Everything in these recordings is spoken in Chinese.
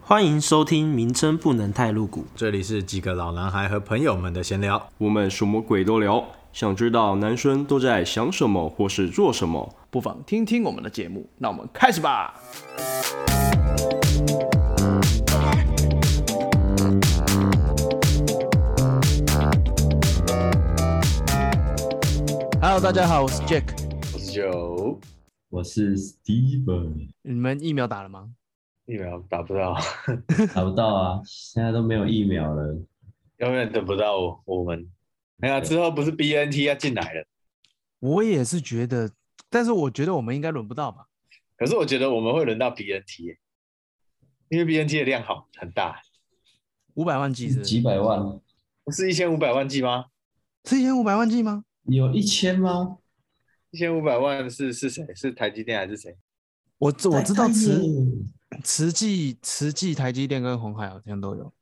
欢迎收听，名称不能太露骨。 这里是几个老男孩和朋友们的闲聊， 我们什么鬼都聊。想知道男生都在想什么或是做什么， 不妨听听我们的节目。那我们开始吧。Hello， 大家好，我是 Jack， 我是 Joe， 我是 Steven。 你们疫苗打了吗？ 疫苗打不到， 打不到啊！现在都没有疫苗了， 永远等不到我们。哎呀，之后不是 BNT 要进来了？ 我也是觉得，但是我觉得我们应该轮不到吧。 可是我觉得我们会轮到 BNT， 因为 BNT 的量很大 ，500万剂是几百万， 不是1500万剂吗？ 是1500万剂吗？ 有1000吗 ？1500万是谁？是台积电还是谁？ 我知道慈济、台积电跟鸿海好像都有。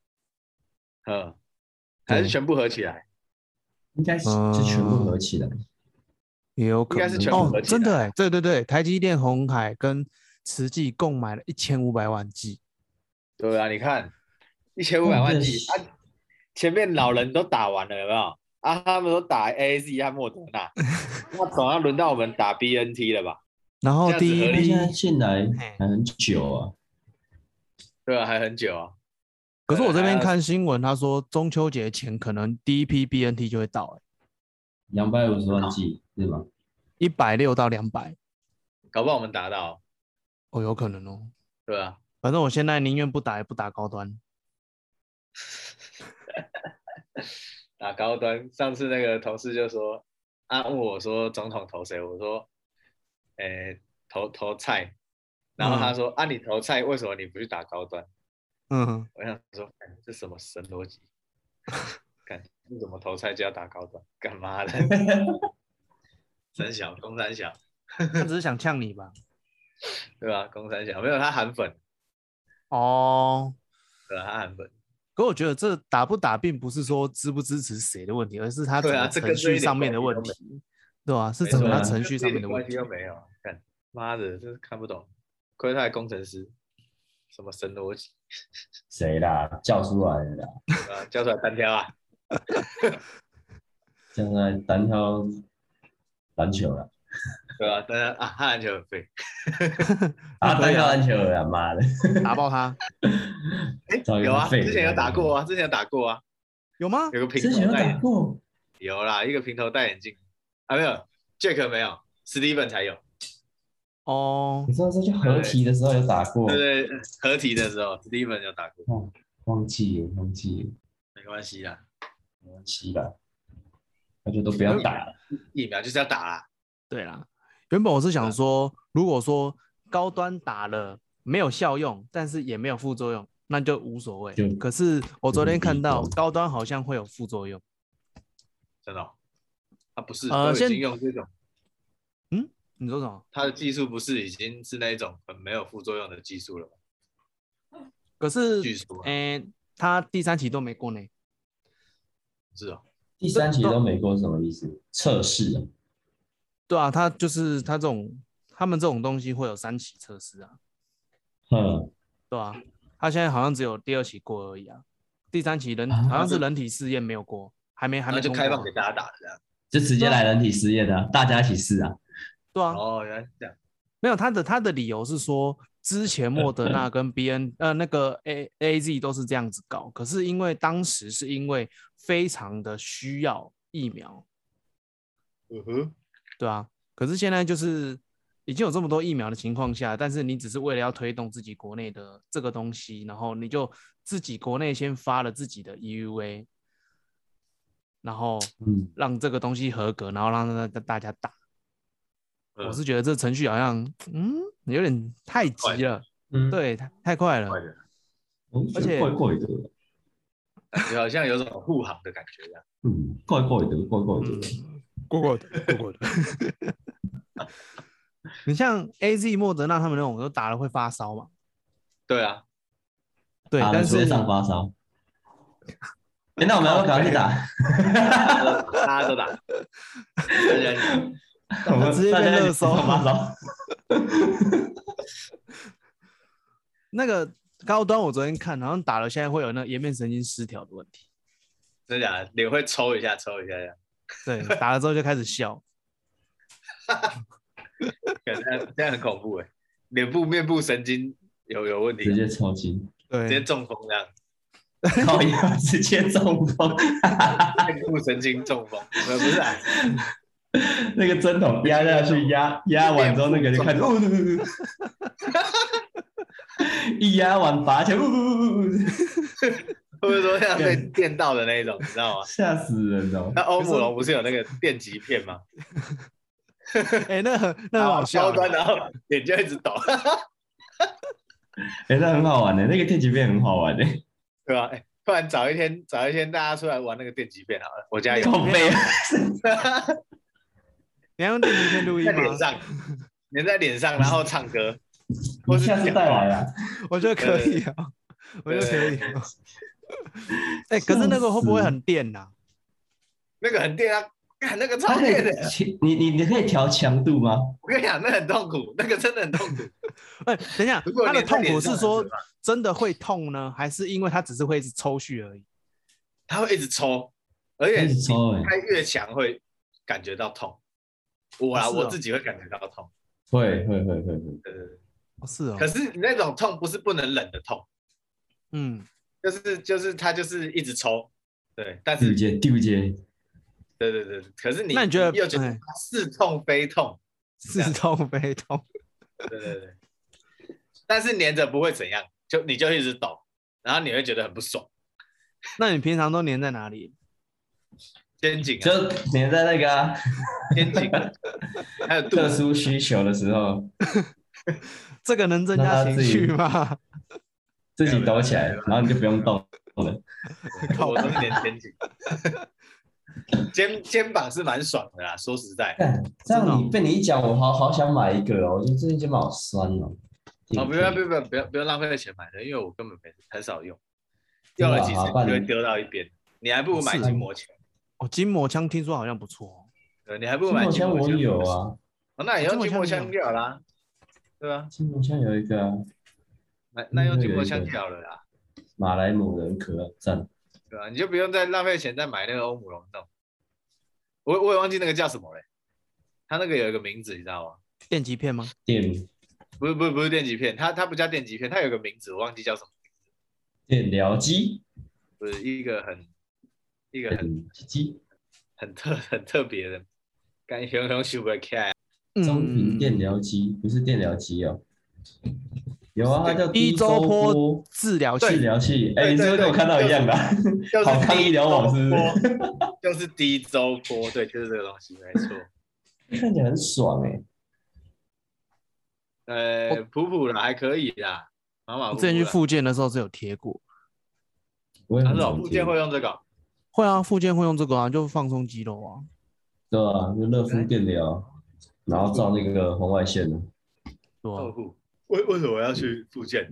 还是全部合起来？ 应该是全部合起来， 也有可能。 应该是全部合起来。 真的哎，对，台积电、鸿海跟慈济共买了1500万剂。 对啊，你看1500万剂啊，前面老人都打完了，有没有？啊，他们都打 AZ 和莫德纳，那总要轮到我们打 BNT 了吧？ 然后第一批现在进来还很久啊。 对啊，还很久啊。 可是我这边看新闻，他说中秋节前可能第一批 BNT 就会到 ，250万剂是吗 ？160到200， 搞不好我们达到。 哦，有可能哦。 对啊， 反正我现在宁愿不打也不打高端。 打高端，上次那个同事就说，问我说总统投谁？我说，投蔡。然后他说，你投蔡，为什么你不去打高端？我想说，这什么神逻辑？你怎么投菜就要打高端？干嘛的？公三小， 他只是想呛你吧？ 对吧？公三小没有他韩粉哦， 对啊，他韩粉。 可我觉得这打不打，并不是说支不支持谁的问题，而是他整个程序上面的问题，对吧？是整个他程序上面的问题。 又没有，看妈的，真是看不懂，亏他还工程师。什么神逻辑？ 谁啦？叫出来的啦！ 叫出来单挑啊！ 现在单挑篮球了， 对啊，单挑他篮球很废单挑篮球了，妈的， 打爆他！ 有啊，之前有打过啊， 有吗？ 有个平头之前有打过， 有啦，一个平头戴眼镜没有 ，Jack 没有 ，Steven 才有。 哦， 你知道这就合体的时候有打过， 对，合体的时候 ，Steven 有打过。 忘记了， 没关系啦， 那就都不要打了。 疫苗就是要打啦。 对啦，原本我是想说，如果说高端打了没有效用，但是也没有副作用，那就无所谓。可是我昨天看到高端好像会有副作用， 真的？他不是都已经用这种？ 你说什么？ 他的技术不是已经是那一种很没有副作用的技术了吗？ 可是， 据说， 他第3期都没过呢。 是哦， 第3期都没过是什么意思？测试啊？ 对啊，他就是他们这种东西会有3期测试啊。对啊，他现在好像只有第2期过而已啊。第3期好像是人体试验没有过，还没那就开放给大家打这样， 就直接来人体实验啊，大家一起试啊。 对啊， 原来是这样。 没有他的理由是说，之前莫德纳跟那个 AZ 都是这样子搞，可是因为当时是因为非常的需要疫苗，对啊，可是现在就是已经有这么多疫苗的情况下，但是你只是为了要推动自己国内的这个东西，然后你就自己国内先发了自己的 EUA， 然后让这个东西合格，然后让大家打。我是觉得这程序好像有点太急了，对，太快了， 而且怪怪的， 好像有种护航的感觉一样， 怪怪的。 你像 AZ 莫德纳他们那种都打了会发烧嘛？ 对啊， 对，但是上发烧。那我们要赶快去打， 大家都打， 我们直接变热搜。 发烧。 那个高端我昨天看，好像打了，现在会有那个颜面神经失调的问题。 真的假的？脸会抽一下这样。 对，打了之后就开始笑。 这样很恐怖哎，面部神经有问题， 直接抽筋， 直接对， 中风这样， 靠腰直接中风， 面部神经中风，不是啊， 那个针筒压下去，压完之后那个就开始，一压完拔起来， 或者说像被电到的那一种，你知道吗？ 吓死人哦！ 那欧姆龙不是有那个电极片吗？ 哎，那很好笑高。端，然后脸就一直抖， 那很好玩的，那个电极片很好玩的， 对吧？不然找一天大家出来玩那个电极片好了，我家有。 靠背啊！ 你要用电极片录音吗？ 在脸上，粘在脸上，然后唱歌， 你下次带来啊！ 我觉得可以啊，我觉得可以啊。哎，可是那个会不会很电呐？ 那个很电啊，看那个超它可以电的。， 你可以调强度吗？ 我跟你讲，那很痛苦，那个真的很痛苦。 哎，等一下如果， 他的痛粘在脸苦是说上很可怕真的会痛呢，还是因为他只是会一直抽搐而已？ 它会一直抽，而且一直抽欸开越强会感觉到痛。 是哦我自己会感觉到痛， 会， 对对对。 哦，是哦可，是你那种痛不是不能忍的痛， 嗯， 就是它就是一直抽，对，但是丢接， 对，可是那你觉得又觉得哎似痛非痛， 似痛非痛。 对，但是粘着不会怎样，你就一直抖，然后你会觉得很不爽， 那你平常都粘在哪里？ 肩颈就啊， 粘在那个啊肩颈，还有肚特子， 殊需求的时候， 这个能增加情绪吗？ 自己抖起来，然后你就不用动了。 我都是粘肩颈，肩膀是蛮爽的啦，说实在， 干这样被你一讲，我好想买一个哦！我觉得最近肩膀好酸哦。 不要浪费钱买的，因为我根本很少用， 真的啊用了几次好办就会丢到一边，你还不如买是筋膜枪， 哦，筋膜枪听说好像不错哦。 对，你还不如筋膜枪我买筋膜枪， 有啊， 那你用筋膜枪就好啦，对吧？ 筋膜枪有一个啊， 那用筋膜枪就好了啦， 马来姆人可赞。 对吧？你就不用再浪费钱再买那个欧姆龙那种，我也忘记那个叫什么嘞，它那个有一个名字你知道吗？ 电极片吗？ 电不是电极片，它不叫电极片，它有个名字我忘记叫什么， 电疗机， 不是一个很机很特别的，感觉用想不起来。 中频电疗机，不是电疗机哦。有啊，它叫低周波治疗治器。 疗器。哎， 对你是不是跟我看到一样的啊？ 就是好康医疗网是不是？ 就是低周波，对，就是这个东西，没错。 看起来很爽哎。 普啦，还可以啦，马马虎虎啦。 我之前去复健的时候是有贴过。 我也他说很常见复健会用这个， 会啊，复健会用这个啊，就放松肌肉啊。 对啊，就热敷电疗，然后照那个红外线的。 对啊， 为什么要去复健？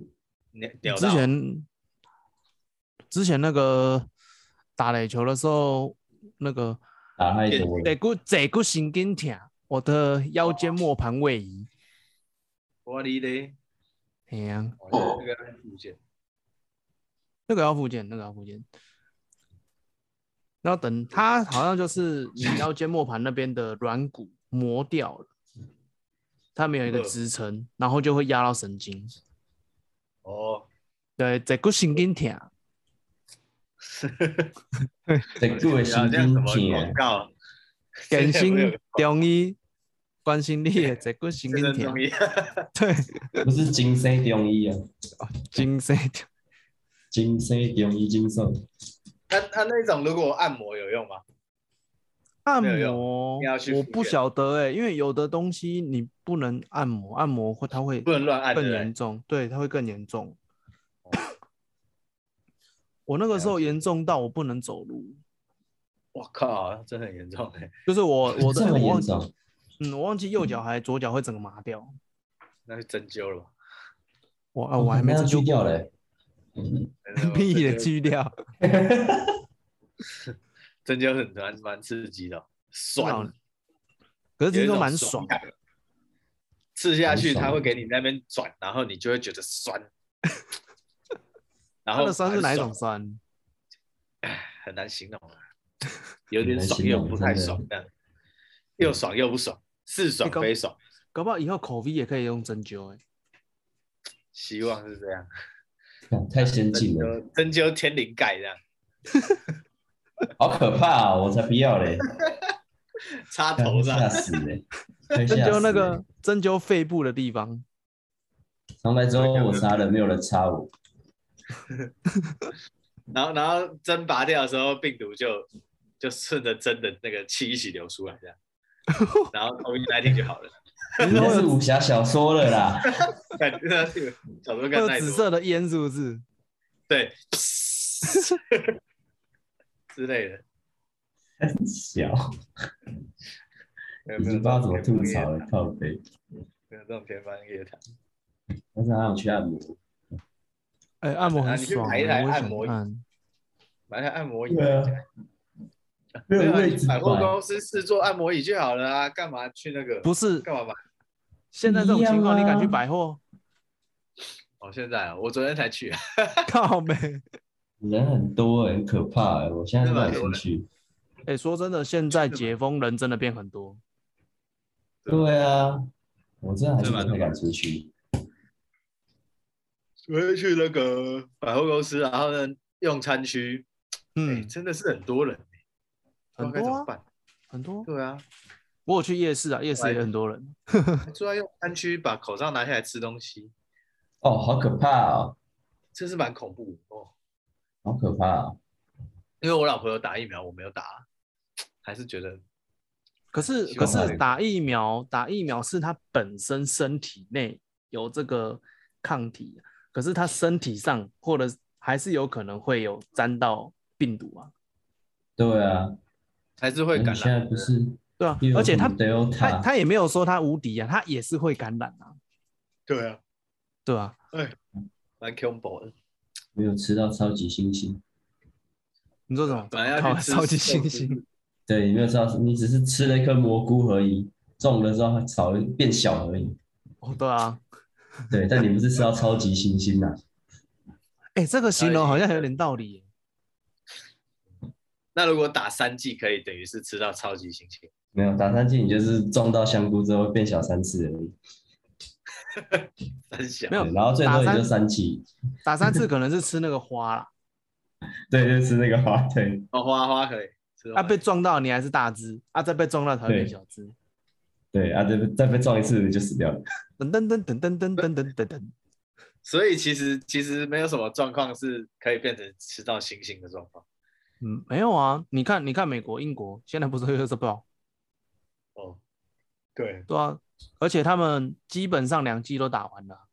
之前那个打垒球的时候，那个打太多了， 这股神经痛，我的腰间末盘位移。 我哩嘞， 哎呀， 那个要复健， 那个要复健，那个要复健。然后等它好像就是你腰间末盘那边的软骨磨掉了，它没有一个支撑，然后就会压到神经。 哦， 对，这股神经痛。 这个神经广痛， 告？ 健身中医关心你的这股神经痛。 中医， 对， 不是精神中医啊， 精神精神中医精神。 那种如果按摩有用吗？ 按没有摩用要去复健我不晓得因为有的东西你不能按摩，按摩它会不能乱按， 更对不对严重，对，它会更严重。我那个时候严重到我不能走路， 我靠，真的很严重哎， 就是我这么我忘记， 严重？ 我忘记右脚还左脚会整个麻掉。 那是针灸了吧？ 我还没那要针灸过锯掉嘞。 屁的锯掉， 针灸很蛮刺激的，酸， 可是听说有一种蛮爽。 感，刺下去蛮爽它会给你那边转，然后你就会觉得酸， 然后它的酸是哪一种很酸？ 爽？很难形容啊，有点爽很难形容又不太真的爽，这样又爽又不爽，似爽搞非爽。 搞不好以后口 V 也可以用针灸希望是这样， 太先进了， 针灸天灵盖这样， 好可怕哦！我才不要嘞， 插头上吓死嘞，会针吓死嘞灸那个针灸肺部的地方。 从来之后我插了，没有人插我。 然后针拔掉的时候，病毒就顺着针的那个气一起流出来，这样，然后 COVID-19 就好了。 你那是武侠小说了啦， 感觉那是小时候会有紫看太多， 色的烟，是不是？ 对，之类的。 很小， 已已经不知道怎么吐槽了，靠背。 没有这种天方夜谭。 但是还有去按摩， 哎、按摩很你去爽、 买一台我也想按摩椅按。 买台按摩椅， 对啊，没有位置百货摆， 公司试做按摩椅就好了啊，干嘛去那个？ 不是， 干嘛买？ 现在这种情况， 一样啊你敢去百货？ 哦，现在啊，我昨天才去， 靠没？ 人很多很可怕我现在都不敢出去。 哎、说真的，现在解封人真的变很多。 对啊，我真的还是不太敢出去。 我会去那个百货公司，然后呢，用餐区，真的是很多人， 很多啊， 不知道该怎么办。 很多。 对啊， 我有去夜市啊，夜市也很多人。 坐在用餐区，把口罩拿下来吃东西， 哦，好可怕哦， 这是蛮恐怖的哦。 好可怕哦。 因为我老婆有打疫苗，我没有打，还是觉得可是希望快点打疫苗是他本身身体内有这个抗体，可是他身体上或者还是有可能会有沾到病毒啊。 对啊， 还是会感你现在染。 不是对啊， 又有而且什么 Delta 他也没有说他无敌啊，他也是会感染啊， 对啊， 对啊。 蛮恐怖的。 没有吃到超级星星， 你说什么？ 本来要靠， 去吃超级星寿司星。 对，你没有吃到，你只是吃了一颗蘑菇而已，中了之后它少变小而已。 哦，对啊。 对，但你不是吃到超级星星呐、 哎、这个形容好像有点道理耶。 那如果打3剂，可以等于是吃到超级星星。 没有打3剂，你就是种到香菇之后变小3次而已。 很小。 没有对，然后最多也就3期。 打3次可能是吃那个花啦， 对，就吃那个花，对哦，花可以吃花。 啊被撞到你还是大只，啊再被撞到才会变小只。 对啊，再被撞一次你就死掉了。 噔噔噔噔噔噔噔噔噔噔。 所以其实没有什么状况是可以变成吃到星星的状况。 没有啊，你看美国、英国现在不是又是爆？ 哦，对， 对啊，而且他们基本上2剂都打完了。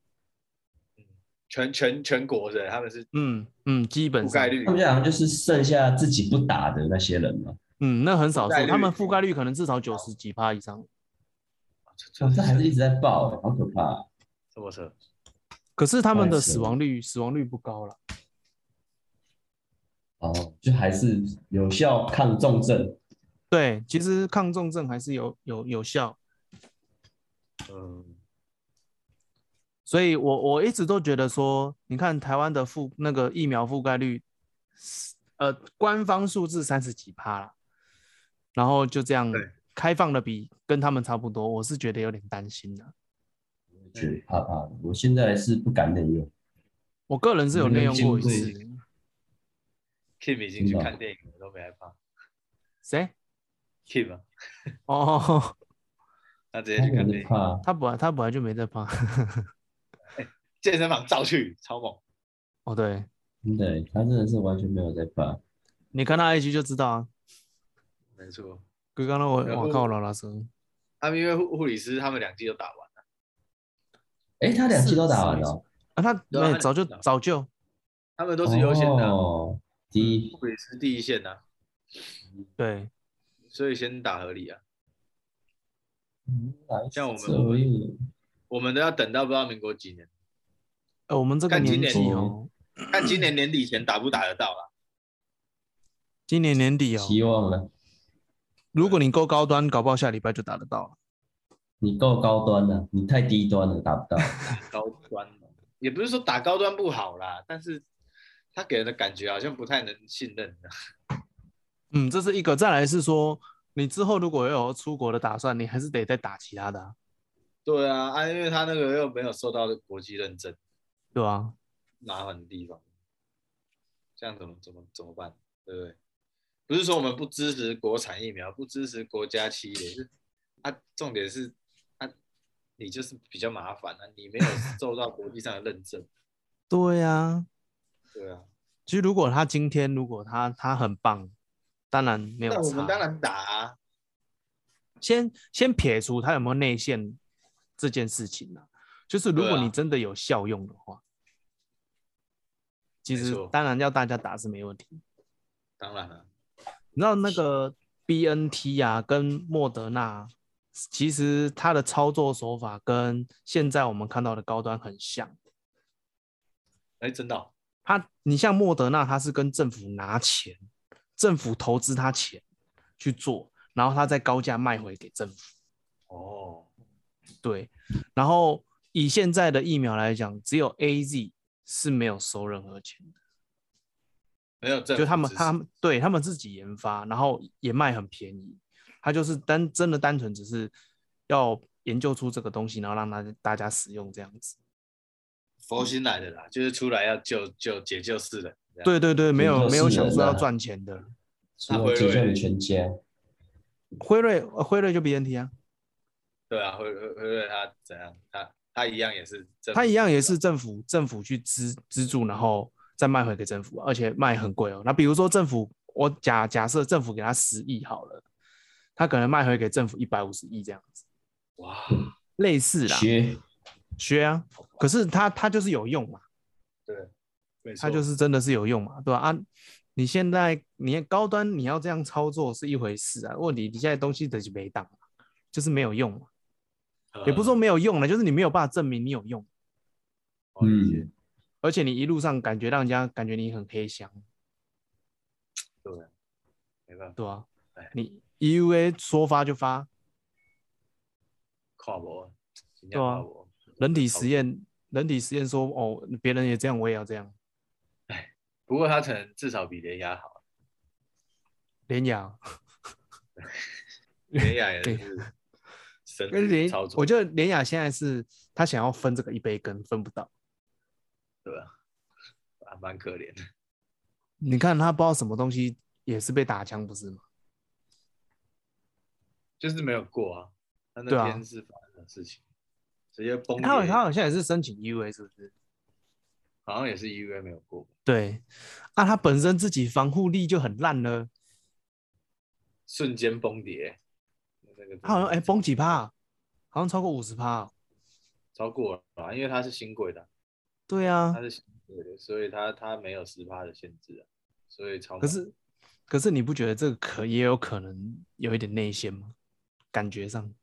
全国的他们是基本上覆盖率他们好像就是剩下自己不打的那些人嘛。 那很少数， 覆盖率他们覆盖率可能至少90几%以上。 哇，这还是一直在爆、好可怕、 这么扯。 可是他们的太扯了死亡率不高了。 哦，就还是有效抗重症。 对，其实抗重症还是有效。所以我一直都觉得说，你看台湾的那个疫苗覆盖率，官方数字30几%啦，然后就这样开放的跟他们差不多，我是觉得有点担心的。 觉得怕怕的，我现在是不敢内用。 我个人是有内用过一次。 Kim 已经去看电影了，都没害怕。 谁 ？Kim 啊？ 哦， 他直接去看电影。 他本来就没在怕。 健身房照去，超猛。 哦，对， 对，他真的是完全没有在怕。 你看他 IG 就知道啊。 没错。 刚刚我靠老拉舌。 因为护理师他们2剂都打完了。 他2剂都打完了。 他早就。 他们都是优先的。 哦， 护理师第一线啊。 对。 所以先打合理啊。像我们都要等到不知道民国几年。 我们这个年纪哦， 看今年年底前打不打得到啦。 今年年底哦， 希望了。 如果你够高端，搞不好下礼拜就打得到了。 你够高端了，你太低端了，打不到。 高端也不是说打高端不好啦，但是他给人的感觉好像不太能信任的。 这是一个。再来是说，你之后如果有出国的打算，你还是得再打其他的啊， 对啊，因为他那个又没有受到国际认证， 对啊， 麻烦的地方，这样怎么办？对不对？不是说我们不支持国产疫苗，不支持国家企业，重点是你就是比较麻烦啊，你没有受到国际上的认证。 对啊。 对啊， 其实如果他今天如果他很棒，当然没有那我们当差。 然打啊。 先撇除他有没有内线这件事情啊，就是如果你真的有效用的话，其实当然要大家打是没问题。 当然了， 你知道那个 BNT 啊跟莫德纳，其实它的操作手法跟现在我们看到的高端很像。 真的你像莫德纳，它是跟政府拿钱，政府投资他钱去做，然后他再高价卖回给政府。 哦， 对，然后以现在的疫苗来讲，只有 AZ 是没有收任何钱的， 没有政府就他们对他们自己研发，然后也卖很便宜，他就是真的单纯只是要研究出这个东西，然后让大家使用这样子。 佛心来的啦，就是出来要解救世人。 对对对，没有想说要赚钱的， 除了解救你全家。 辉瑞就 BNT 啊。 对啊，辉瑞他怎样？他一样也是政府去资助，然后再卖回给政府，而且卖很贵哦。那比如说政府，我假设政府给他10亿好了，他可能卖回给政府150亿这样子。 哇， 类似啦，学啊，可是他就是有用嘛。 对，没错， 他就是真的是有用嘛，对吧？你现在你高端你要这样操作是一回事啊，问题你现在东西就是没当，就是没有用嘛。也不是说没有用了，就是你没有办法证明你有用。而且你一路上让人家感觉你很黑箱。 对，没办法。 对啊，你 EUA 说发就发， 跨博， 对啊，人体实验说哦，别人也这样，我也要这样。 不过他可能至少比联雅好。 联雅， 联雅也是。 我觉得联雅现在是他想要分这个一杯羹，分不到。 对啊，蛮可怜的。 你看他不知道什么东西也是被打枪，不是吗？ 就是没有过啊。他那天是发生的事情，直接崩。 他好像也是申请 EUA 是不是？ 好像也是 EUA 没有过。 对啊，他本身自己防护力就很烂了， 瞬间崩跌。 他好像崩几趴，好像超过50%。 超过了啊，因为他是新贵的。 对啊， 他是新贵的，所以他没有10%的限制啊，所以超。 可是你不觉得这个也有可能有一点内线吗？感觉上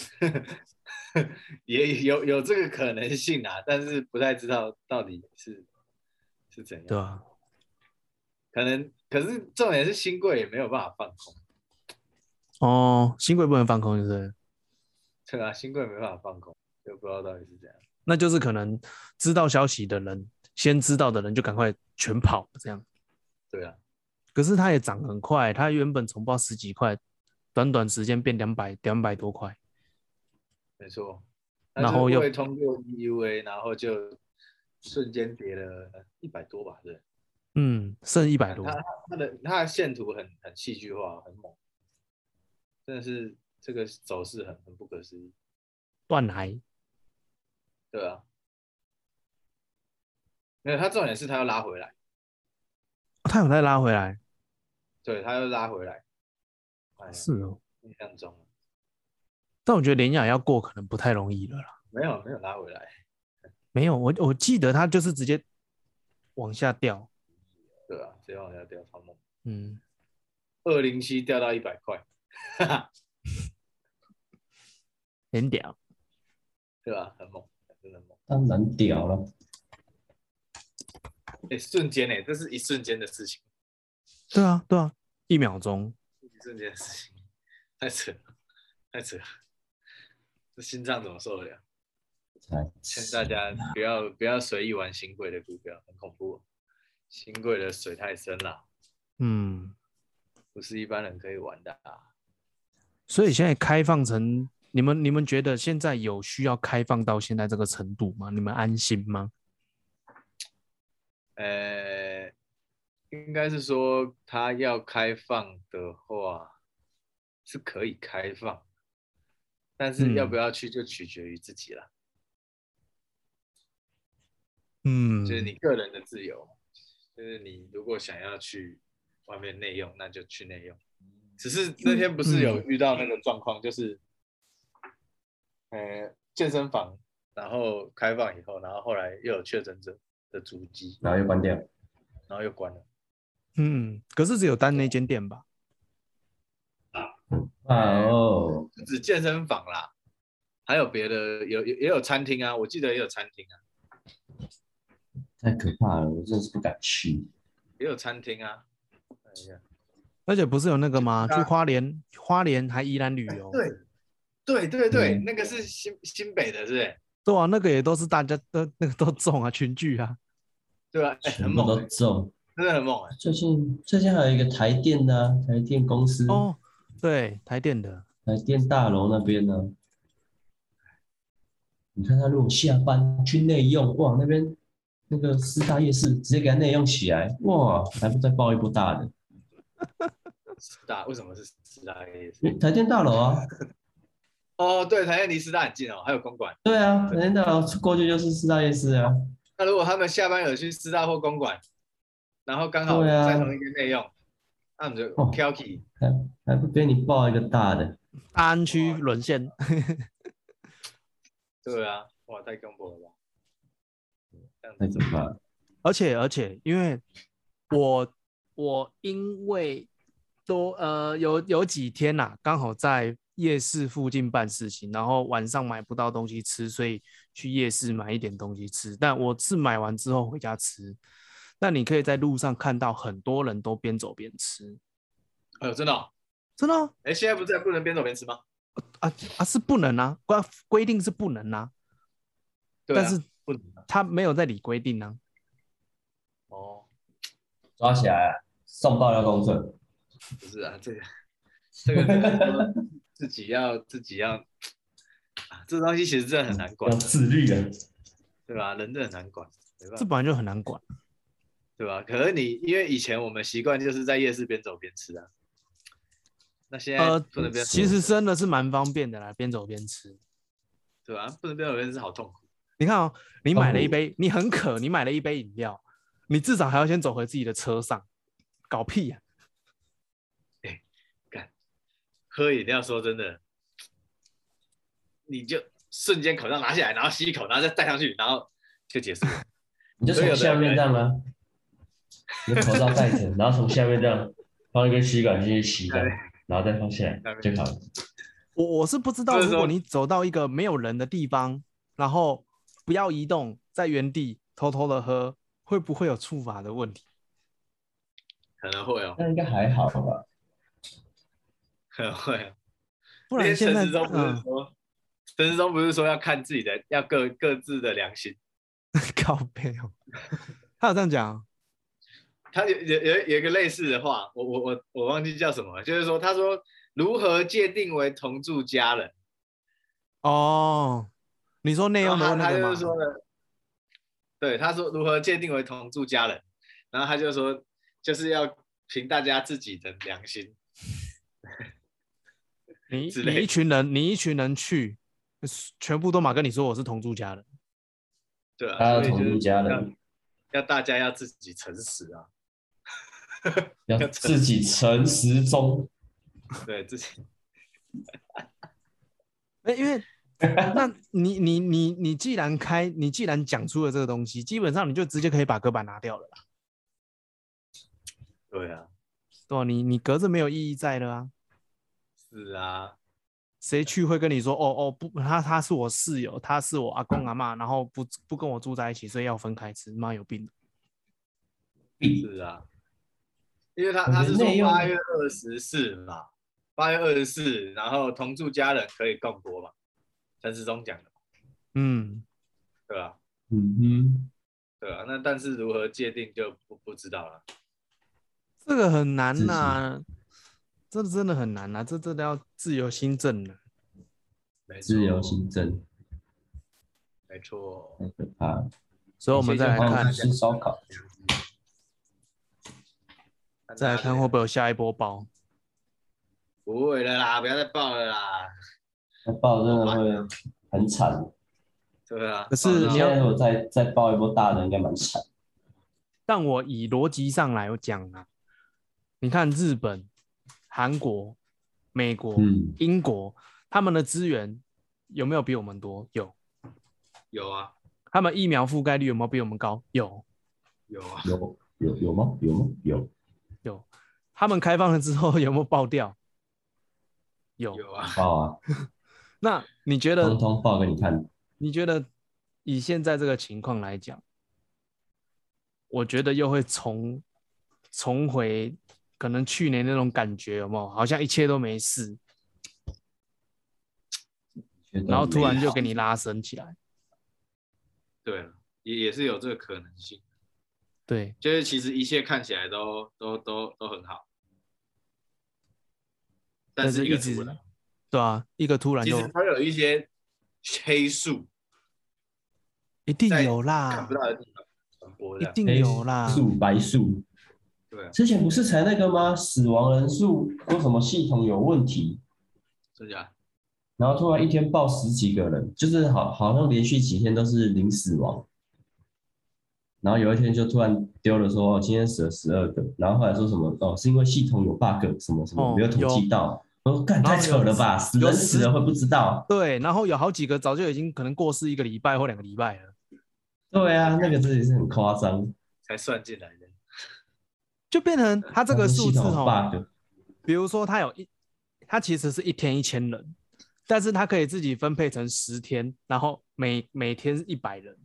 也有这个可能性啊，但是不太知道到底是怎样。 对啊， 可是重点是新贵也没有办法放空。 哦，新贵不能放空，是不是？ 对啊，新贵没办法放空，就不知道到底是怎样。 那就是可能知道消息的人，先知道的人就赶快全跑这样。 对啊。 可是它也涨很快，它原本从不知道10几块，短时间变200多块。 没错。 然后又通过 EUA， 然后就瞬间跌了100多吧，对。 剩100多。 它的线图很戏剧化，很猛，真的是这个走势很不可思议。 断崖。 对啊。没有，它重点是它要拉回来。 它有再拉回来。 对，它要拉回来。 是哦。 印象中。 但我觉得联雅要过可能不太容易了啦。 没有拉回来。 没有，我记得它就是直接往下掉。 对啊，直接往下掉，超猛。207掉到100块， 很屌。 对吧？很猛，真的猛。 当然屌了。 瞬间这是一瞬间的事情。 对啊，1秒钟。 一瞬间的事情，太扯了。这心脏怎么受得了？劝大家不要随意玩新贵的股票，很恐怖。 新贵的水太深了， 嗯， 不是一般人可以玩的啊。 所以现在开放成你们觉得现在有需要开放到现在这个程度吗？你们安心吗？ 应该是说他要开放的话是可以开放，但是要不要去就取决于自己了。就是你个人的自由，就是你如果想要去外面内用，那就去内用。只是那天不是有遇到那个状况，就是健身房然后开放以后，然后后来又有确诊者的足迹， 然后又关掉， 然后又关了。 可是只有单那间店吧？ 哦， 只健身房啦，还有别的，也有餐厅啊，我记得也有餐厅啊， 太可怕了，我真的是不敢去。 也有餐厅啊。看一下， 而且不是有那个吗？去花莲还宜兰旅游。 对，那个是新北的，是不是？ 对啊，那个也都是大家都那个都中啊，群聚啊。 对吧？很全部都猛中。 真的很猛最近还有一个台电的啊，台电公司， 哦，对，台电的。 台电大楼那边呢，你看他如果下班去内用，哇，那边那个师大夜市直接给他内用起来，哇，还不再爆一波大的？ 为什么是师大夜市？ 因为台电大楼啊， 哦，对，台电离师大很近哦，还有公馆。 对啊，台电大楼过去就是师大夜市啊， 那如果他们下班有去师大或公馆，然后刚好对啊在同一个内用，那我们就哦 Kelky。 还不给你爆一个大的， 大安区沦陷。 对啊，哇，太恐怖了吧！这样子太可怕了。 而且，因为我因为有几天呐、刚好在夜市附近办事情，然后晚上买不到东西吃，所以去夜市买一点东西吃。但我是买完之后回家吃。那你可以在路上看到很多人都边走边吃， 哎呦，真的哦， 真的啊现在不是不能边走边吃吗？ 是不能啊，规定是不能啊， 对啊， 但是不能啊。 他没有在理规定啊。 哦， 抓起来啊，送爆料公社。 不是啊，这个只能说自己要啊，这东西其实真的很难管要，自律啊。 对吧？人真的很难管，没办法， 这本来就很难管。 对吧？可是因为以前我们习惯就是在夜市边走边吃啊，那现在不能边走， 其实真的是蛮方便的啦，边走边吃。 对吧？不能边走边吃好痛苦。 你看哦，你买了一杯，你很渴，你买了一杯饮料，你至少还要先走回自己的车上，搞屁呀、 干喝饮料，说真的，你就瞬间口罩拿下来，然后吸一口，然后再戴上去，然后就结束了。 你就从下面这样啊，你的口罩戴着，然后从下面这样放一根吸管进去吸这样，然后再放下来就好了。 我是不知道，如果你走到一个没有人的地方，然后不要移动，在原地偷偷的喝，会不会有触法的问题？ 可能会哦， 那应该还好吧？ 可能会哦。 不然现在陈时中不是说要看自己的，要各自的良心。 靠背哦，他有这样讲。 他有一个类似的话，我忘记叫什么了，就是说他说如何界定为同住家人。 哦，你说内用的那个吗？ 他就是说呢，对，他说如何界定为同住家人，然后他就说就是要凭大家自己的良心。 你一群人去，全部都马跟你说我是同住家人。 对啊， 他要所以就是同住家人， 要大家要自己诚实啊， 要自己诚实中。 对自己。 因为那你既然讲出了这个东西，基本上你就直接可以把隔板拿掉了啦。 对啊， 对吧？你隔着没有意义在了啊。 是啊， 谁去会跟你说不，他是我室友，他是我阿公阿嬷，然后不跟我住在一起，所以要分开吃，妈有病。 是啊，因为他是说8月24嘛，8月24，然后同住家人可以共锅嘛，陈时中讲的， 嗯， 对吧？ 嗯哼， 对啊，那但是如何界定就不知道了。 这个很难呐、这真的很难呐、这真的要自由新政了。 没错自由行政， 没错， 太可怕了。 所以我们再来看好想去，吃烧烤， 再来看会不会有下一波爆。 不会了啦，不要再爆了啦。 那爆真的会很惨。 对啊， 可是你要现在如果再爆一波大的，应该蛮惨。 但我以逻辑上来讲啊，你看日本、韩国、美国、英国，他们的资源有没有比我们多？有。 有啊， 他们疫苗覆盖率有没有比我们高？有。 有啊， 有吗？有吗？有。 有。他们开放了之后有没有爆掉？有。 有啊， 爆啊！ 那你觉得？ 通通爆给你看。 你觉得以现在这个情况来讲，我觉得又会重回可能去年那种感觉，有没有？好像一切都没事，然后突然就给你拉升起来。 对了，也是有这个可能性。 对， 就是其实一切看起来都很好，但是一个突然， 对啊，一个突然就， 其实它有一些黑数， 一定有啦， 看不到的地方传播， 一定有啦， 黑数白数。 对啊， 之前不是才那个吗？死亡人数说什么系统有问题， 真假？ 然后突然一天爆10几个人，就是好像连续几天都是零死亡，然后有一天就突然丢了说，今天死了12个，然后后来说什么是因为系统有 bug 什么什么没有统计到，我说干太扯了吧，人死了会不知道？ 对，然后有好几个早就已经可能过世1个礼拜或2个礼拜了。 对啊，那个真的是很夸张， 才算进来的， 就变成他这个数字 bug， 比如说他其实是1天1000人，但是他可以自己分配成10天，然后每天100人。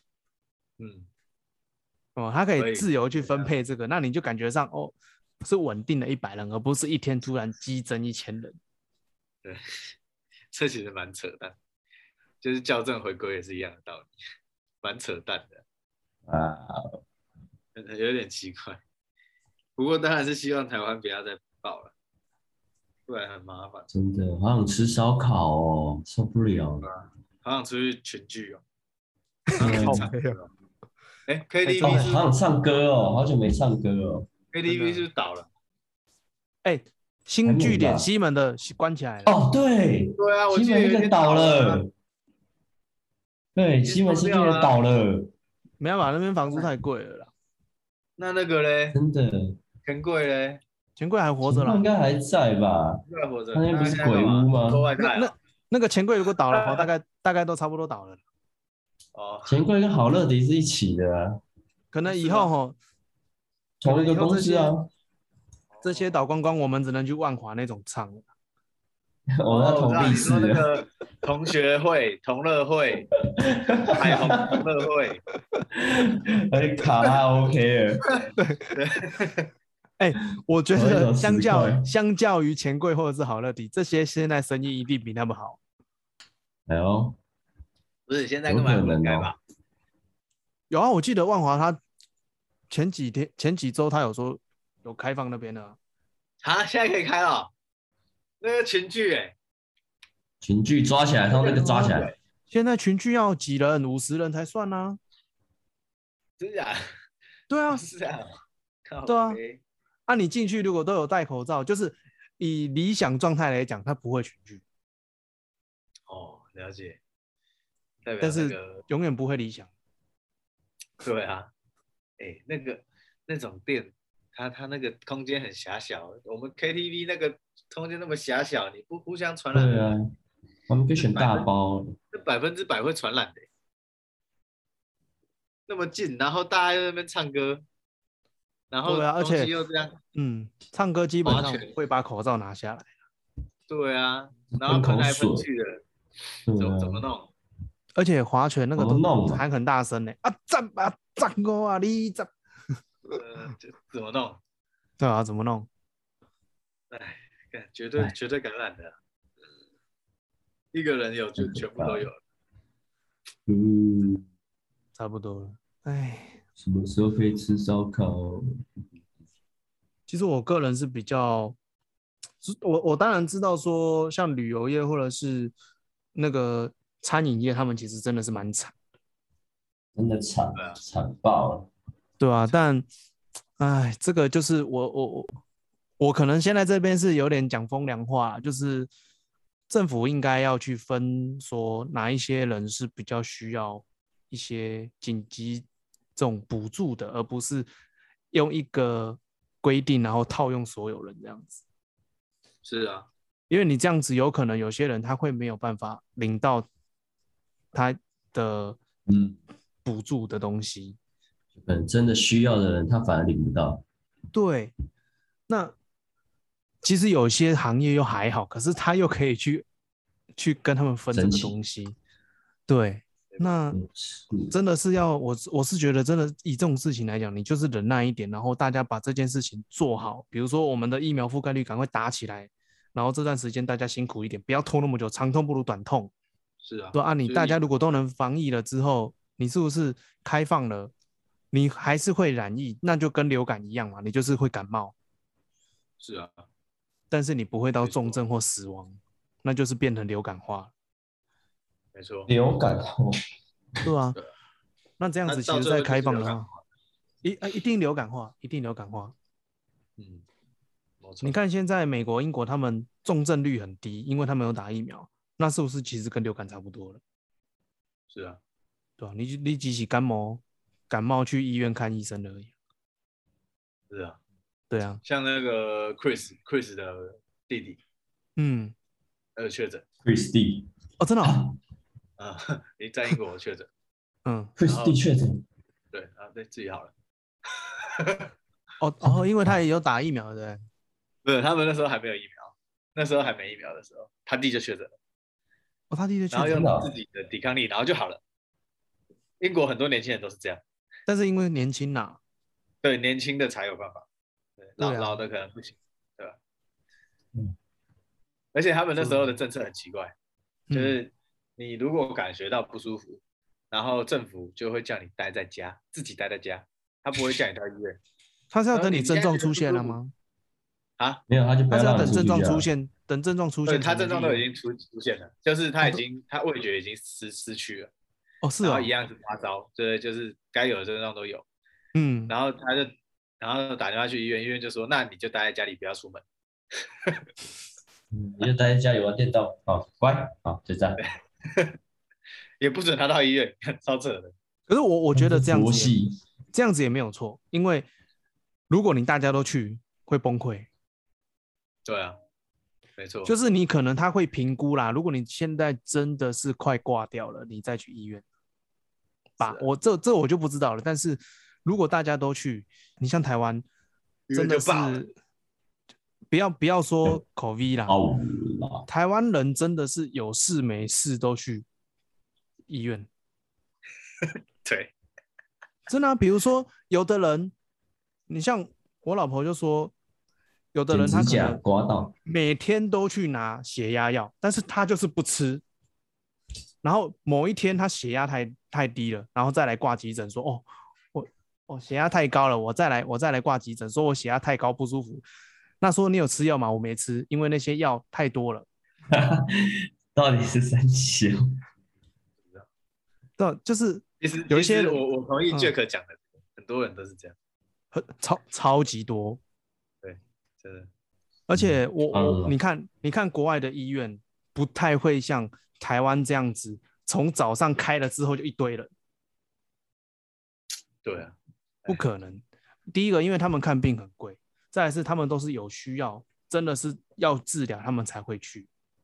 他可以自由去分配这个，那你就感觉上是稳定的100人，而不是一天突然激增1000人。 对，这其实蛮扯淡，就是校正回归也是一样的道理，蛮扯淡的啊， 有点奇怪。不过当然是希望台湾不要再爆了，不然很麻烦。 真的好想吃烧烤哦，受不了了。 好想出去群聚哦， KTV 是好想唱歌哦，好久没唱歌哦。 KTV 是不是倒了？ 新据点西门的关起来了。 哦，对啊， 西门那个倒了。对，西门新据点倒了。 没办法，那边房租太贵了啦。 那个嘞？ 真的。 钱柜嘞？ 钱柜还活着啦？ 应该还在吧？ 还活着。 他那边不是鬼屋吗？ 那个钱柜如果倒了，大概都差不多倒了。 钱柜跟好乐迪是一起的啊。 可能以后同一个公司啊。 这些倒光光，我们只能去万华那种唱了。 我在同币市那个同学会、同乐会、彩虹同乐会， 卡拉 OK 了。 对，我觉得相较于钱柜或者是好乐迪，这些现在生意一定比他们好。 哎呦， 不是现在根本不开吧？ 有啊，我记得万华他前几周他有说有开放那边的。 现在可以开了。那个群聚群聚抓起来，他那个抓起来。 现在群聚要几人？50人才算啊。 真假？ 对啊， 是啊， 对啊。你进去如果都有戴口罩，就是以理想状态来讲，他不会群聚。 了解。 但是永远不会理想。 对啊，那种店，它那个空间很狭小，我们 KTV 那个空间那么狭小，你不互相传染？ 对啊，他们可以选大包。 这100%会传染的。那么近，然后大家在那边唱歌，然后而且又这样， 唱歌基本上会把口罩拿下来。 对啊，然后喷来喷去的，怎么弄？ 而且划拳那个都喊很大声呢，赞啊赞我啊你赞， 怎么弄？ 对啊，怎么弄？ 绝对感染的，一个人有就全部都有了。 差不多了。 哎， 什么时候可以吃烧烤？ 其实我个人是比较，我当然知道说，像旅游业或者是那个餐饮业，他们其实真的是蛮惨， 真的惨对啊， 惨爆了。 对啊，但，哎，这个就是我可能现在这边是有点讲风凉话，就是政府应该要去分说哪一些人是比较需要一些紧急这种补助的，而不是用一个规定然后套用所有人这样子。 是啊， 因为你这样子有可能有些人他会没有办法领到他的补助的东西。 可能真的需要的人，他反而领不到。 对，那其实有些行业又还好，可是他又可以去跟他们分这个东西。对，那真的是要我是觉得真的以这种事情来讲，你就是忍耐一点，然后大家把这件事情做好。比如说我们的疫苗覆盖率赶快打起来，然后这段时间大家辛苦一点，不要拖那么久，长痛不如短痛。 是啊， 对啊，你大家如果都能防疫了之后，你是不是开放了，你还是会染疫，那就跟流感一样嘛，你就是会感冒， 是啊， 但是你不会到没错重症或死亡，那就是变成流感化了。 没错， 流感哦， 对啊， 对啊那这样子其实在那到最后就是开放的话， 流感化， 一定流感化，一定流感化。 嗯，没错， 你看现在美国、英国他们重症率很低，因为他们有打疫苗，那是不是其实跟流感差不多了？ 是啊， 对吧、你只是感冒去医院看医生而已。 是啊， 对啊， 像那个 Chris 的弟弟嗯， 确诊 Christy 哦，真的、哦， 啊，你在英国确诊， 嗯， Christy 确诊， 对啊，对自己好了， 哦，因为他也有打疫苗，对不对？ 不是他们那时候还没有疫苗，那时候还没疫苗的时候，他弟就确诊了， 哦，他弟弟然后用确诊， 真的哦自己的抵抗力，然后就好了。英国很多年轻人都是这样， 但是因为年轻呐、 对，年轻的才有办法，对， 对啊老的可能不行，对吧？ 嗯而且他们那时候的政策很奇怪，就嗯， 是你如果感觉到不舒服，然后政府就会叫你待在家，自己待在家，他不会叫你到医院。 他是要然后等你症状你现在觉得出现了不舒服吗？ 啊？ 没有他就不他是要要让你出等症状去就好。 出现，等症状出对， 现才他症状能去医院。 都已经出现了，就是他哦已经他味觉已经失去了， 哦，是哦， 然后一样是发烧，对，就是该有的症状都有， 嗯， 然后然后打电话去医院，医院就说那你就待在家里不要出门， 你就待在家里玩电动，好乖，好就这样。 也不准他到医院，超扯的。 可是我觉得佛系， 这样子也没有错，因为如果你大家都去，会崩溃。 对啊，没错， 就是你可能他会评估啦，如果你现在真的是快挂掉了，你再去医院吧。 是啊这我就不知道了。但是如果大家都去，你像台湾， 医真的院就爆了。 是不要说 COVID 啦， 好啦， 台湾人真的是有事没事都去医院， 对， 真的啊。比如说有的人，你像我老婆就说，有的剪指甲人他可能刮到， 每天都去拿血压药，但是他就是不吃。然后某一天他血压太低了，然后再来挂急诊说，哦，我血压太高了，我再来挂急诊，说我血压太高不舒服。那说你有吃药吗？我没吃，因为那些药太多了。 到底是三小？ 对，就是其实有一些人我同意嗯 Jack 讲的，很多人都是这样， 超级多， 对，真的， 而且我嗯你看国外的医院不太会像台湾这样子，从早上开了之后就一堆人， 对啊， 不可能。第一个，因为他们看病很贵，再来是他们都是有需要，真的是要治疗他们才会去，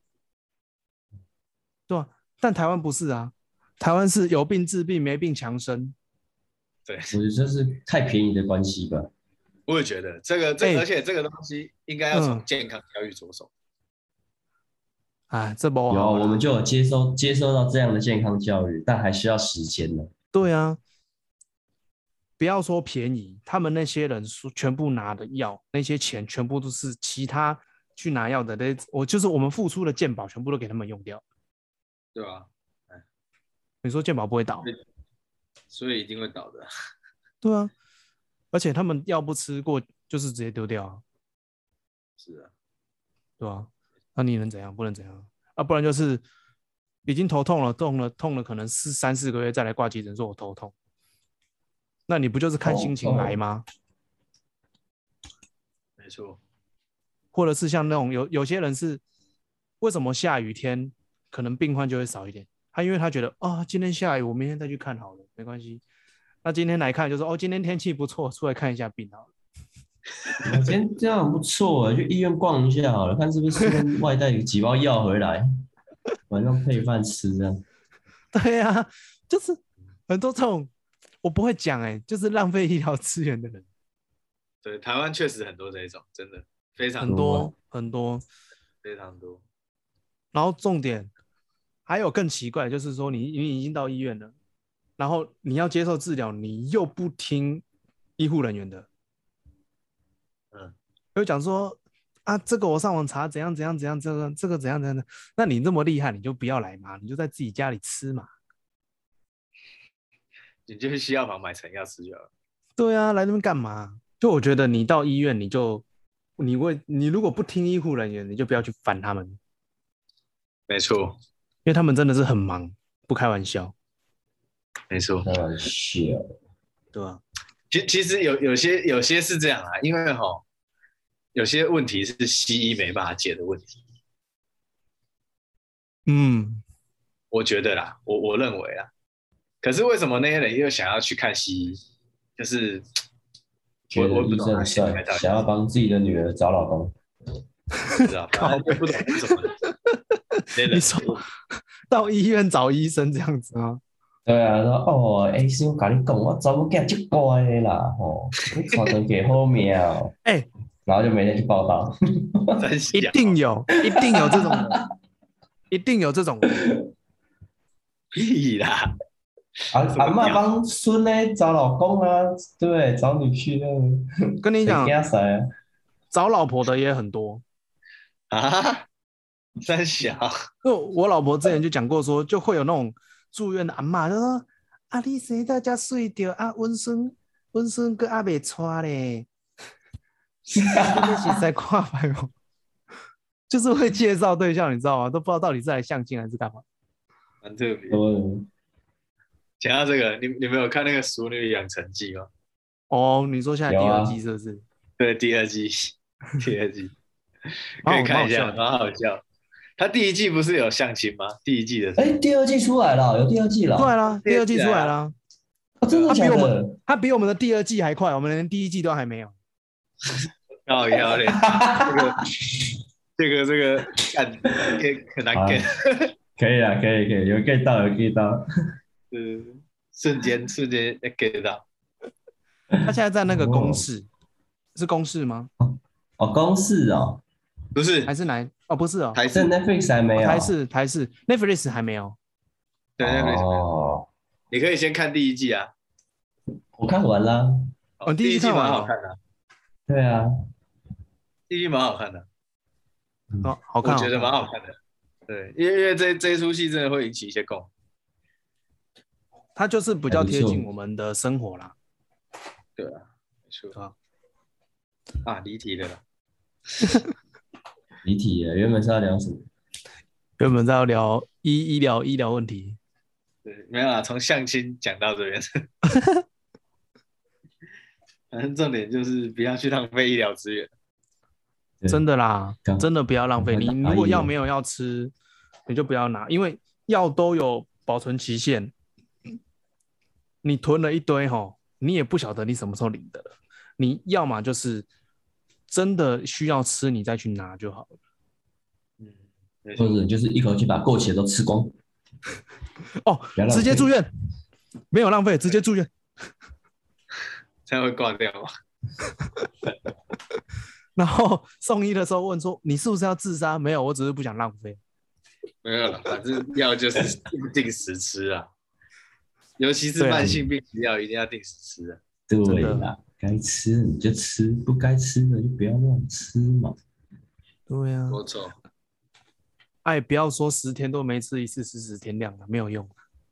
对吧？但台湾不是啊，台湾是有病治病，没病强身。 对， 我觉得这是太便宜的关系吧。 我也觉得这个， 哎而且这个东西应该要从健康教育着手。 啊，这不有啊， 好啦。 我们就有接收到这样的健康教育，但还需要时间呢。 对啊，不要说便宜，他们那些人全部拿的药，那些钱全部都是其他去拿药的，就是我们付出的健保全部都给他们用掉。 对吧？ 你说健保不会倒？ 所以一定会倒的。 对啊，而且他们药不吃过，就是直接丢掉啊， 是啊， 对吧、那你能怎样？不能怎样啊？不然就是已经头痛了，痛了，可能3、4个月再来挂急诊说我头痛，那你不就是看心情来吗？ 没错。 或者是像那种有些人是为什么下雨天可能病患就会少一点？他因为他觉得今天下雨，我明天再去看好了，没关系。那今天来看就说今天天气不错，出来看一下病好了。 我今天这样很不错去医院逛一下好了，看是不是顺便外带几包药回来，晚上配饭吃这样。 对啊，就是很多这种我不会讲就是浪费医疗资源的人， 对，台湾确实很多这一种，真的非常很多多很多。 非常多。 然后重点还有更奇怪，就是说你已经到医院了，然后你要接受治疗，你又不听医护人员的，又讲说这个我上网查怎样怎样怎样，这个怎样怎样的，那你这么厉害，你就不要来嘛，你就在自己家里吃嘛。 你就去西药房买成药吃就好了。 对啊，来这边干嘛？就我觉得你到医院，你如果不听医护人员，你就不要去烦他们， 没错， 因为他们真的是很忙，不开玩笑， 没错。 开玩笑， 对吧、 其实有些是这样啊，因为有些问题是西医没办法解的问题。我觉得啦，我认为啦。可是为什么那些人又想要去看西医？就是觉得医生很帅，想要帮自己的女儿找老公。 不知道，不懂为什么。 你说到医院找医生这样子吗？ 对啊，说医生跟你讲，我查某囝足乖的啦，你传传给后面然后就每天去报道。 一定有这种人，一定有这种人。 屁啦！ 阿嬷帮孙呢找老公啊，对不对？找女婿那跟你讲， 啊， 找老婆的也很多啊，三小。 就我老婆之前就讲过说，就会有那种住院的阿嬷就说你生在家睡着温孙个未娶咧，你是在看牌哦，就是会介绍对象，你知道吗？都不知道到底是来相亲还是干嘛， 蛮特别。讲到这个，你们有看那个《熟女养成记》吗？ 你说现在第2季是不是？ 对，第二季可以看一下，蛮好笑。他第1季不是有相亲吗？第1季的时候， 第2季出来了，有第2季了， 出来了，第2季出来了。 真的假的？ 他比我们的第2季还快，我们连第1季都还没有。 好要脸，这个干很难 get。 可以啊，可以，有 get 到， 瞬间 get 到。 他现在在那个公视，是公视吗？ 公视哦， 不是， 还是哪？不是台视 Netflix 还没有， 台视 Netflix 还没有。 对 Netflix 没有。你可以先看第1季啊。 我看完了。 第1季蛮好看的。 对啊， 第1季蛮好看的。 好看， 我觉得蛮好看的。对，因为这一出戏真的会引起一些共鸣。 它就是比较贴近我们的生活啦。 对啊，没错。离题了啦。 离题了，原本是要聊什么？ 原本是要聊医疗问题。 对，没有啦，从相亲讲到这边。反正重点就是不要去浪费医疗资源。 真的啦，真的不要浪费。你如果药没有要吃，你就不要拿，因为药都有保存期限。你囤了一堆你也不晓得你什么时候领的了。你要么就是真的需要吃，你再去拿就好了。 或者就是一口气把过期的都吃光。 直接住院，没有浪费，直接住院。 这样会挂掉吗？ 然后送医的时候问说：“你是不是要自杀？”没有，我只是不想浪费。 没有了，反正药就是定时吃啊，尤其是慢性病药一定要定时吃啊。 对啦，该吃你就吃，不该吃的就不要乱吃嘛。 对啊， 没错。 不要说10天都没吃一次，10天量了，没有用。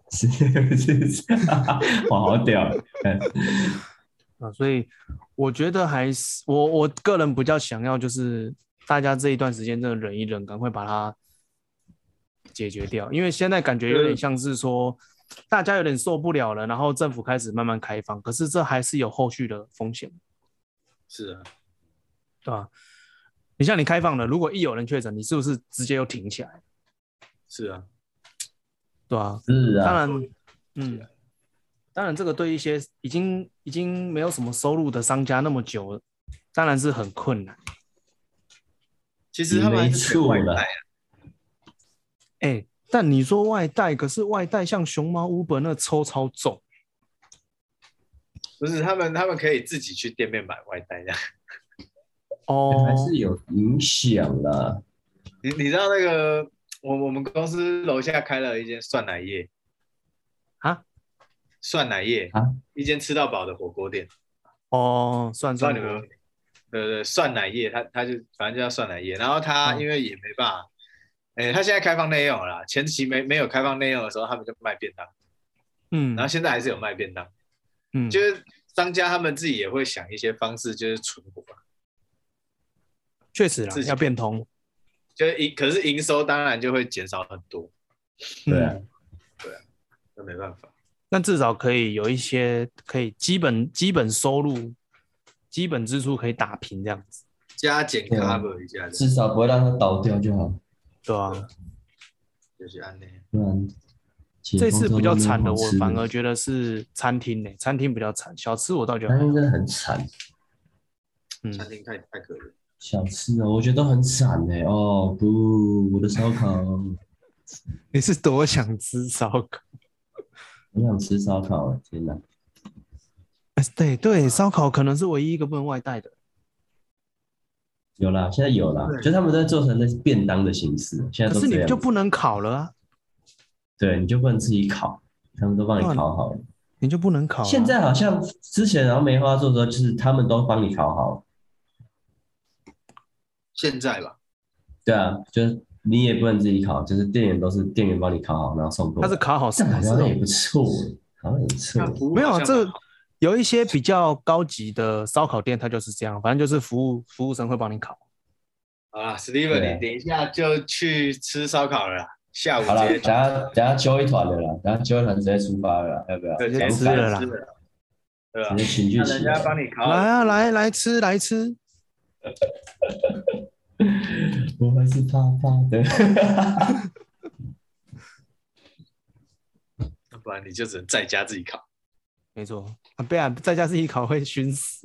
是，哇，好屌！ 所以我觉得还是我个人比较想要，就是大家这一段时间真的忍一忍，赶快把它解决掉，因为现在感觉有点像是说大家有点受不了了，然后政府开始慢慢开放，可是这还是有后续的风险。 是啊， 对吧？你像你开放了，如果一有人确诊，你是不是直接又停起来？ 是啊， 对吧？ 是啊， 当然，当然这个对一些已经没有什么收入的商家那么久了，当然是很困难。 其实他们还是可以外带啊。 哎，但你说外带，可是外带像熊猫 Uber 那抽超重。 不是他们可以自己去店面买外带这样。 哦， 还是有影响啦。 你知道那个我们公司楼下开了一间涮奶业啊， 涮奶业啊， 一间吃到饱的火锅店。 哦，算不知道你们对涮奶业，他就反正就叫涮奶业。然后他因为也没办法，他现在开放内用了啦，前期没有开放内用的时候，他们就卖便当。然后现在还是有卖便当。就是商家他们自己也会想一些方式，就是存活。 确实啦，要变通， 可是营收当然就会减少很多。 对啊， 那没办法。 但至少可以有一些可以基本收入、基本支出可以打平这样子， 加减 cover 一下， 至少不会让它倒掉就好。 对啊， 就是安内。 不然这次比较惨的，我反而觉得是餐厅呢，餐厅比较惨，小吃我倒觉得餐厅真的很惨。 餐厅太可怜。 小吃哦，我觉得都很惨哎。哦不，我的烧烤。 你是多想吃烧烤？ 我想吃烧烤，天哪！ 对，烧烤可能是唯一一个不能外带的。 有啦，现在有啦，就他们在做成那便当的形式，现在都这样。 可是你就不能烤了啊？ 对，你就不能自己烤，他们都帮你烤好了。 你就不能烤了。 现在好像之前然后梅花做的时候，就是他们都帮你烤好。 现在吧。 对啊，就是你也不能自己烤，就是店员都是店员帮你烤好，然后送过来。 他是烤好， 好像也不错，好像也不错。 没有啊，这有一些比较高级的烧烤店，它就是这样，反正就是服务生会帮你烤。 好啦 ，Steven，你等一下就去吃烧烤了啦，下午好了，等下揪一团的啦，等下揪一团直接出发了啦，要不要？ 直接吃了啦， 对吧？ 直接群聚起来， 人家帮你烤。 来啊，来吃。 我还是怕怕的。 要不然你就只能在家自己烤。 没错，不然在家自己烤会熏死。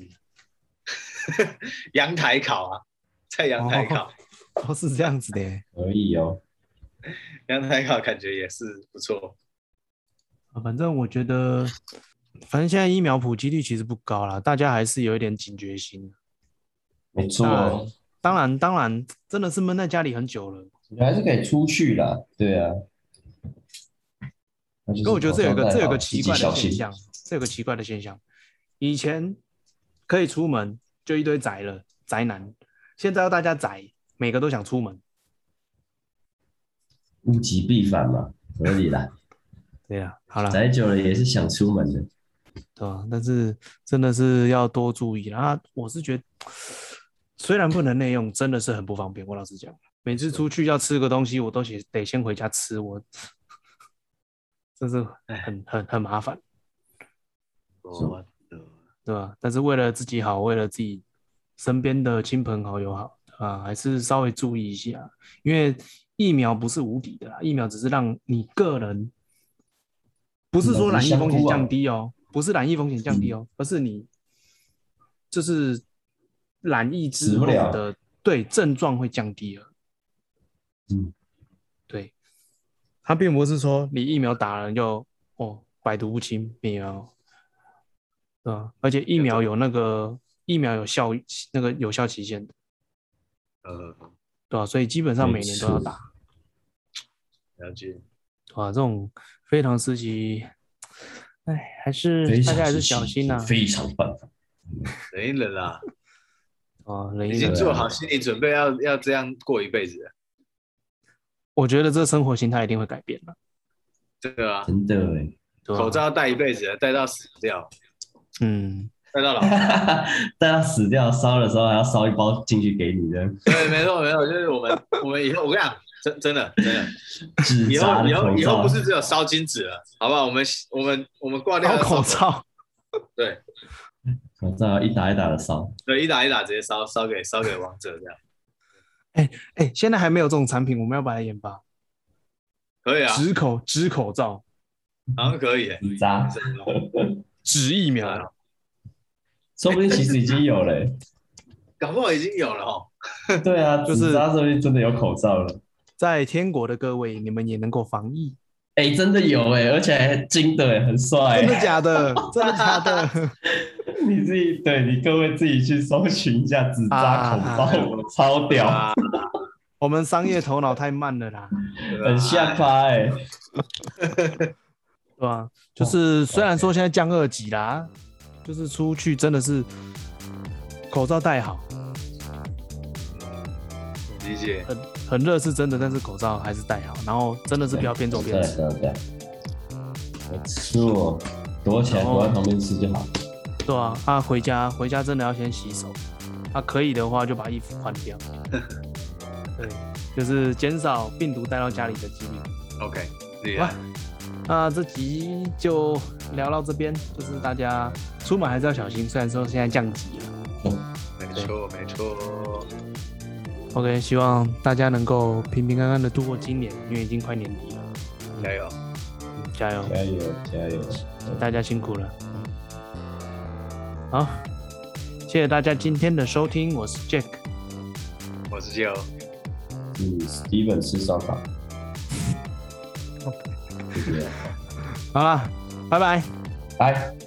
阳台烤啊，在阳台烤。 是这样子的耶。 可以哦。 阳台烤感觉也是不错。 反正我觉得，反正现在疫苗普及率其实不高啦，大家还是有一点警觉心。 没错。 当然，真的是闷在家里很久了。 你还是可以出去啦，对啊。 因为我觉得这有个奇怪的现象，以前可以出门就一堆宅男，现在要大家宅，每个都想出门。 物极必反嘛，合理啦。 对啊，好了， 宅久了也是想出门的， 对啊，但是真的是要多注意啦。我是觉得，虽然不能内用，真的是很不方便。我老实讲，每次出去要吃个东西，我都得先回家吃，这是很麻烦，对吧？但是为了自己好，为了自己身边的亲朋好友好啊，还是稍微注意一下，因为疫苗不是无敌的啦，疫苗只是让你个人，不是说染疫风险降低哦，不是染疫风险降低哦，而是你就是染疫之后的对症状会降低了。对，它并不是说你疫苗打了就百毒不侵，没有，对吧？而且疫苗有有效期限的，对吧？所以基本上每年都要打。 了解。 哇，这种非常时期，还是大家还是小心呐， 非常办法， 忍一忍啦。 忍一忍， 已经做好心理准备要这样过一辈子了。 我觉得这生活形态一定会改变了。 对啊， 真的哎， 对吧口罩要戴一辈子，戴到死掉， 嗯， 戴到老。 但他死掉烧的时候还要烧一包进去给你的， 对，没错，就是我们以后，我跟你讲，真的， 纸以扎的口后以后不罩， 是只有烧金纸了，好不好？我们挂掉烧要口罩， 对口罩一打一打的烧。 对，一打直接烧给王者这样， 哎，现在还没有这种产品，我们要把它研发。 可以啊， 纸口罩、 好像可以耶， 纸扎， 纸疫苗， 说不定其实已经有了欸。 搞不好已经有了哦。 对啊， 就是纸扎说不定真的有口罩了。 在天国的各位，你们也能够防疫。 哎，真的有哎，而且还金的哎，很帅真的欸。 假的？真的假的？ 你自己你各位自己去搜寻一下纸扎口罩，超屌， 啊， 我们商业头脑太慢了啦， 很下趴哎。 对吧？就是虽然说现在降2级啦，就是出去真的是口罩戴好， 理解。 很热是真的，但是口罩还是戴好，然后真的是不要边走边吃。 对，没错，躲起来躲在旁边吃就好。 对啊，他回家真的要先洗手，他可以的话就把衣服换掉。对，就是减少病毒带到家里的几率。 OK， 厉哇害。 那这集就聊到这边，就是大家出门还是要小心，虽然说现在降级了。 没错。 OK， 希望大家能够平平安安的度过今年，因为已经快年底了。 加油！ 加油！ 加油！ 大家辛苦了。好，谢谢大家今天的收听，我是 Jack， 我是 Joe。 Steven 吃烧烤。 好啦，拜拜。 拜。